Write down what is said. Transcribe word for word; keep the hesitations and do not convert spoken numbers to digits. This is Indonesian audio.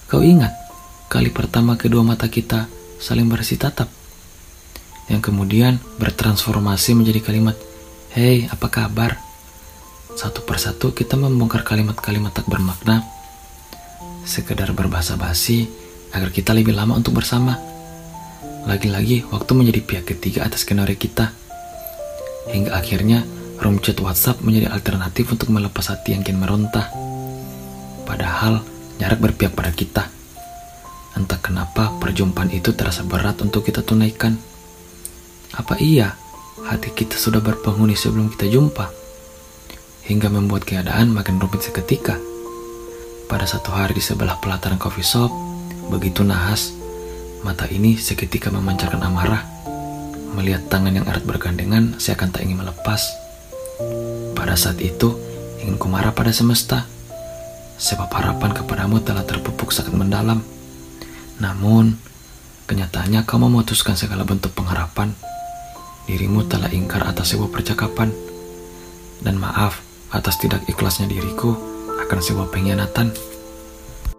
Kau ingat kali pertama kedua mata kita saling bersih tatap, yang kemudian bertransformasi menjadi kalimat, "Hei, apa kabar?" Satu persatu kita membongkar kalimat-kalimat tak bermakna, sekedar berbahasa basi agar kita lebih lama untuk bersama. Lagi-lagi waktu menjadi pihak ketiga atas skenario kita, hingga akhirnya room chat WhatsApp menjadi alternatif untuk melepas hati yang kian merontah. Padahal jarak berpihak pada kita. Entah kenapa perjumpaan itu terasa berat untuk kita tunaikan. Apa iya hati kita sudah berpenghuni sebelum kita jumpa? Hingga membuat keadaan makin rumit seketika. Pada satu hari di sebelah pelataran coffee shop, begitu nahas, mata ini seketika memancarkan amarah. Melihat tangan yang erat bergandengan, seakan tak ingin melepas. Pada saat itu, ingin ku marah pada semesta, sebab harapan kepadamu telah terpupuk sangat mendalam. Namun, kenyataannya kau memutuskan segala bentuk pengharapan. Dirimu telah ingkar atas sebuah percakapan. Dan maaf atas tidak ikhlasnya diriku akan sebuah pengkhianatan.